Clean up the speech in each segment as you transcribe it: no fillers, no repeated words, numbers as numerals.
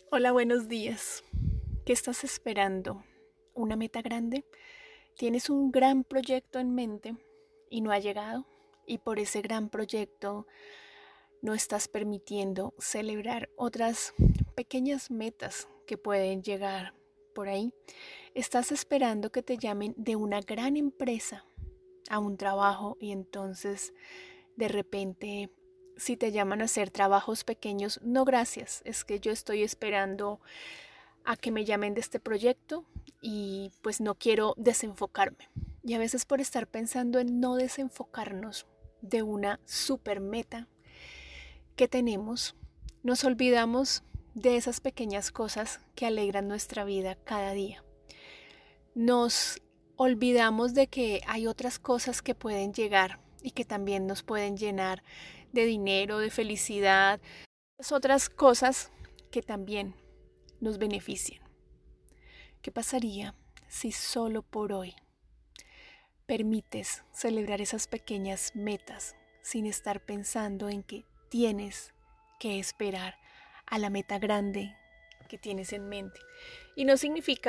Hola, buenos días. ¿Qué estás esperando? ¿Una meta grande? ¿Tienes un gran proyecto en mente y no ha llegado? Y por ese gran proyecto no estás permitiendo celebrar otras pequeñas metas que pueden llegar por ahí. Estás esperando que te llamen de una gran empresa a un trabajo y entonces de repente si te llaman a hacer trabajos pequeños, no gracias, es que yo estoy esperando a que me llamen de este proyecto y pues no quiero desenfocarme. Y a veces por estar pensando en no desenfocarnos de una super meta que tenemos, nos olvidamos de esas pequeñas cosas que alegran nuestra vida cada día. Nos olvidamos de que hay otras cosas que pueden llegar y que también nos pueden llenar de dinero, de felicidad, otras cosas que también nos benefician. ¿Qué pasaría si solo por hoy permites celebrar esas pequeñas metas sin estar pensando en que tienes que esperar a la meta grande que tienes en mente? Y no significa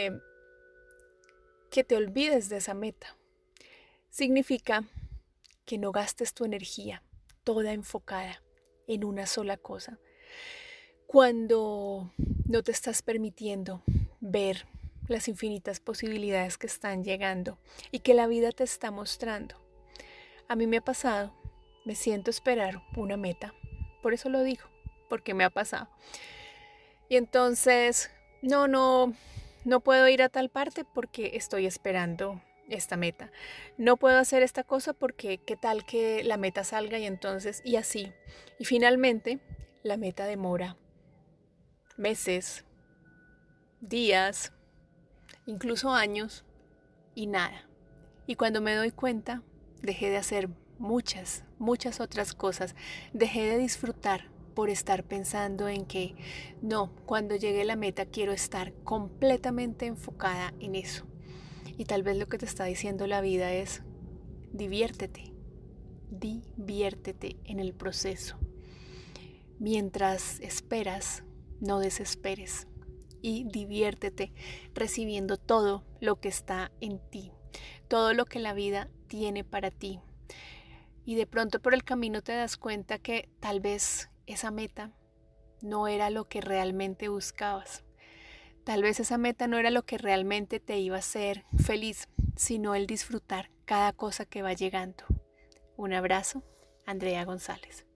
que te olvides de esa meta. Significa que no gastes tu energía toda enfocada en una sola cosa. Cuando no te estás permitiendo ver las infinitas posibilidades que están llegando y que la vida te está mostrando. A mí me ha pasado, me siento esperar una meta, por eso lo digo, porque me ha pasado. Y entonces, no puedo ir a tal parte porque estoy esperando esta meta. No puedo hacer esta cosa porque qué tal que la meta salga y entonces, y así. Y finalmente, la meta demora meses, días, incluso años y nada. Y cuando me doy cuenta, dejé de hacer muchas otras cosas. Dejé de disfrutar por estar pensando en que no, cuando llegue la meta quiero estar completamente enfocada en eso. Y tal vez lo que te está diciendo la vida es diviértete, diviértete en el proceso. Mientras esperas, no desesperes y diviértete recibiendo todo lo que está en ti, todo lo que la vida tiene para ti. Y de pronto por el camino te das cuenta que tal vez esa meta no era lo que realmente buscabas. Tal vez esa meta no era lo que realmente te iba a hacer feliz, sino el disfrutar cada cosa que va llegando. Un abrazo, Andrea González.